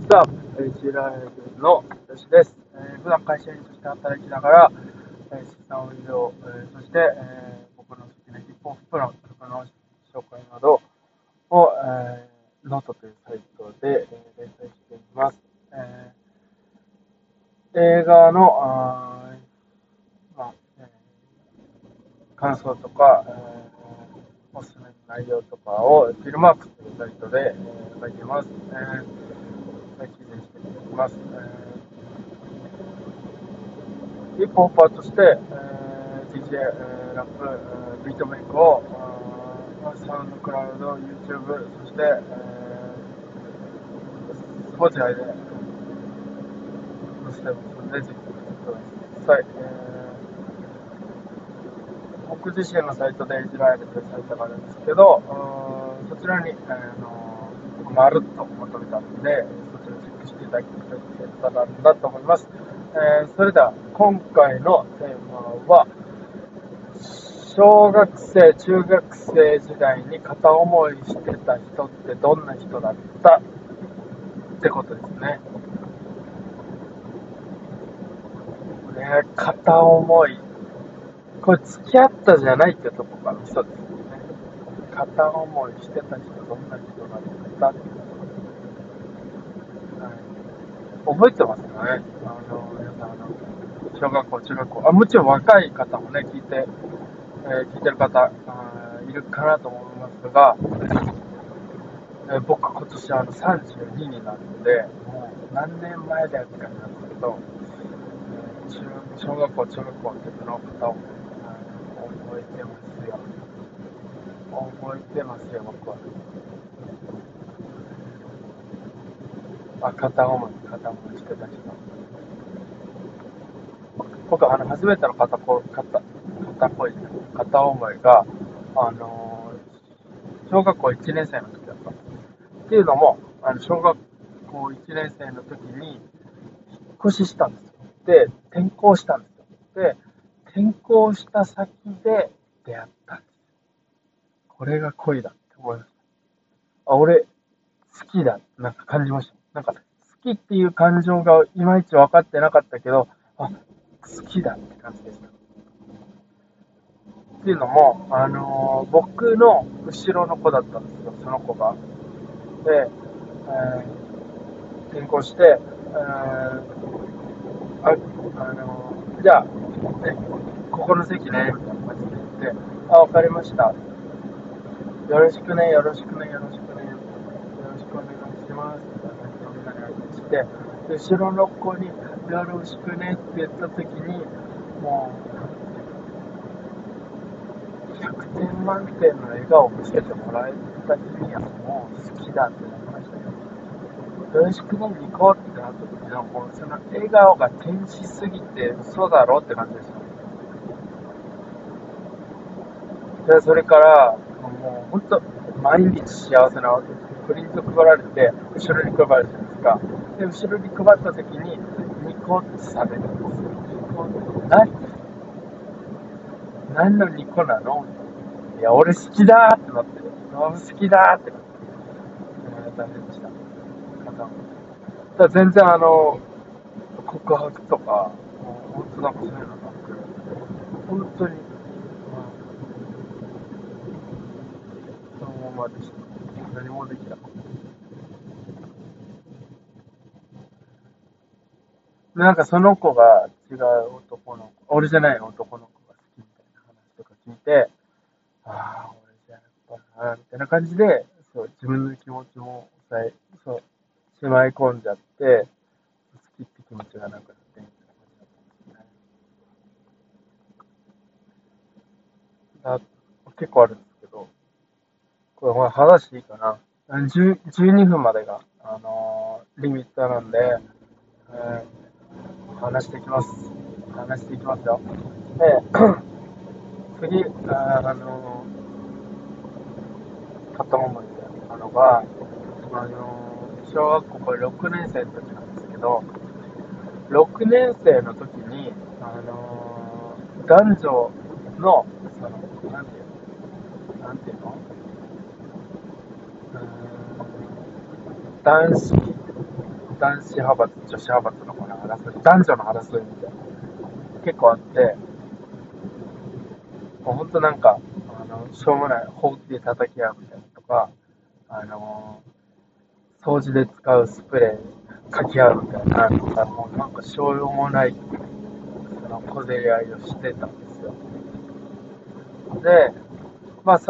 が、イスラエルの女子です。普段会社員として働きながら、資産運用、そして、僕の好きなヒップホップの曲の紹介などを、ノートというサイトで、連載しています。映画のまあ感想とか、おすすめの内容とかをフィルマークというサイトで、書いています。記事にしていきます。ヒップホッパーとして、DJ、ラップ、ビートメイクを、サウンドクラウド、YouTube、そして、スポティファイで載せてますので、ぜひ聞いてください。僕自身のサイトでイスラエルというサイトがあるんですけど、そちらに、まるっとまとめたので、そちらチェックしていただけたらなと思います。それでは、今回のテーマは、小学生、中学生時代に片思いしてた人ってどんな人だったってことですね。片思い。これ付き合ったじゃないってとこからそうですね。片思いしてた人どんな人だったって、はい、覚えてますかね。皆さん小学校、中学校、もちろん若い方もね、聞いてる方いるかなと思いますが、僕今年32になるので、もう何年前だよって感じなんですけど、小学校、中学校の時の方を、覚えてますよ。覚えてますよ、僕は。片思いしてた人。僕は初めての片思いが、あの小学校1年生の時だったんです。っていうのも、小学校1年生の時に引っ越ししたんですよ。で、転校したんですよ。で、転校した先で出会ったんです。これが恋だって思いました。俺、好きだってなんか感じました。なんか、好きっていう感情がいまいち分かってなかったけど、好きだって感じでした。っていうのも、僕の後ろの子だったんですよ、その子が。で、転校して、じゃあ、ね、ここの席ね、みたいな感じで言って、わかりました。よろしくね、よろしくね、よろしくね、よろしくお願いします。みたいな感じでお願いして、後ろの子によろしくねって言った時に、もう、100点満点の笑顔を見せてもらえた日にはもう好きだってなりましたよ。よろしくね、行こうってなった時の、もうその笑顔が天使すぎて嘘だろって感じでした。で、それから、もう本当、毎日幸せなプリント配られて、後ろに配るじゃないですか。で、後ろに配った時に、ニコってされるんですよ。ニコ何のニコなの？いや、俺好きだーってなって、好きだーってなって、大変でした。全然告白とか、もう本当なんかそういうのなく、本当に、そのままでした。何もできなかった。なんかその子が違う男の子、俺じゃない男の子が好きみたいな話とか聞いて、俺じゃやっぱな、みたいな感じで、そう、自分の気持ちもそう、しまい込んじゃって、好きって気持ちがなくなって、みたいな感じだったんですね。だ結構あるんですけど、これ話していいかな。12分までが、リミットなんで、え話していきます。話していきますよ。で、次、片思いでやったのが、小学校これ6年生の時なんですけど、6年生の時に、男女の、なんていうの男子男子派閥、女子派閥のこの争い、男女の争いみたいな、結構あって、もうほんとなんか、しょうもない、ほうきで叩き合うみたいなとか、あの掃除で使うスプレーかき合うみたいな、もうなんかしょうもない、その小競り合いをしてたんですよ。で、まあ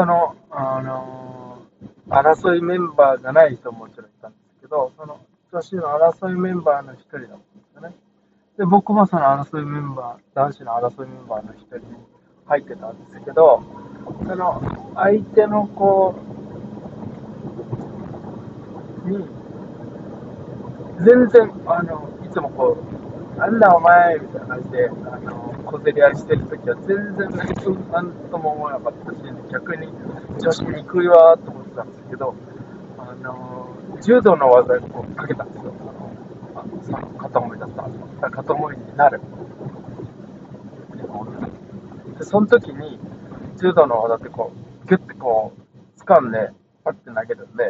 争いメンバーじゃない人ももちろんいたんですけど、その女子の争いメンバーの一人だったんですよね。で、僕もその争いメンバー、男子の争いメンバーの一人に入ってたんですけど、その相手の子に、全然、いつもこう、なんだお前みたいな感じで、小競り合いしてるときは全然なんとも思わなかったし、逆に女子に食いわーと思ってたんですけど、柔道の技をこうかけたんですよ。その片思いだったんですよ。片思いになる。で、その時に、柔道の技ってこう、ギュッてこう、掴んで、パッて投げるんで、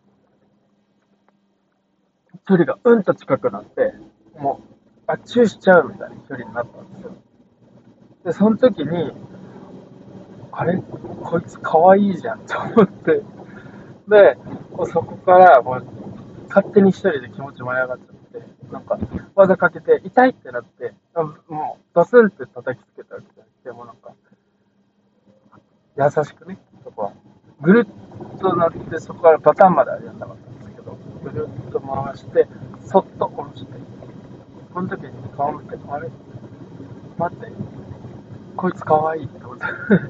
距離がうんと近くなって、もう、チューしちゃうみたいな距離になったんですよ。で、その時に、あれこいつ可愛いじゃんと思って、で、もうそこからもう勝手に一人で気持ち舞い上がっちゃって、なんか技かけて痛いってなって、もうドスンって叩きつけたわけじゃなくて、もうなんか優しくね、そこは。ぐるっとなって、そこからパターンまではやんなかったんですけど、ぐるっと回して、そっと下ろして、その時に顔見て、あれ待って、こいつ可愛いって思って。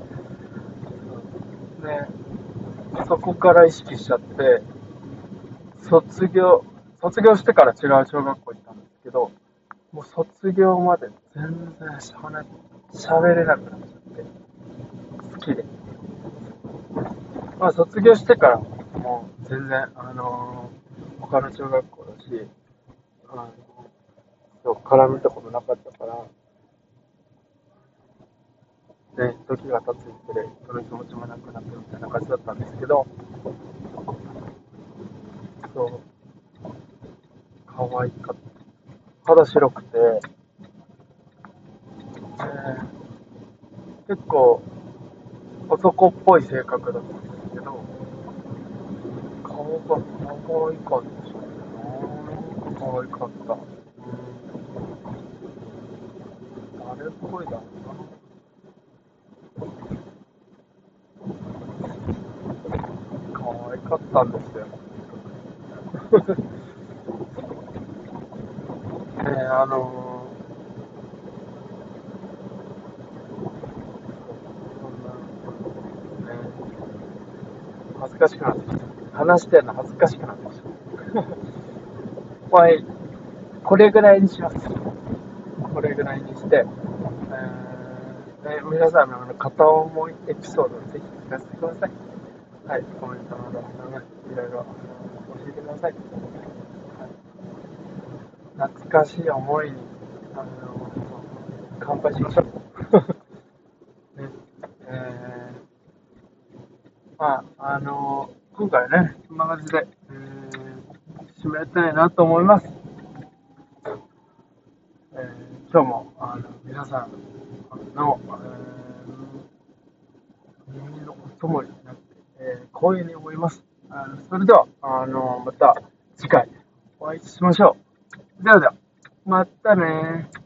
ね、そこから意識しちゃって、卒業、卒業してから違う小学校行ったんですけど、もう卒業まで全然喋れなくなっちゃって、好きで。まあ卒業してからもう全然、他の小学校だし、あのそう絡むとこもなかったから、ね、時が経つにつれ、その気持ちもなくなってみたいな感じだったんですけど、そう、可愛かった。肌白くて、結構男っぽい性格だったんですけど、顔が可愛かったし、なんか可愛かった。誰っぽいだろうな。可愛かったんですよ。ね、そんな、ね、恥ずかしくなってきた。話してるの恥ずかしくなってきた。まあ、これぐらいにします。これぐらいにして、皆さんの片思いエピソードをぜひ聞かせてください。はい、コメントなど、いろいろ教えてください。懐かしい思いに、あの乾杯しましょう。ねえまあ、今回ね、こんな感じで、締めたいなと思います。今日も皆さんの、耳のお供になって、光栄に思います。それでは、また次回お会いしましょう。ではでは、またね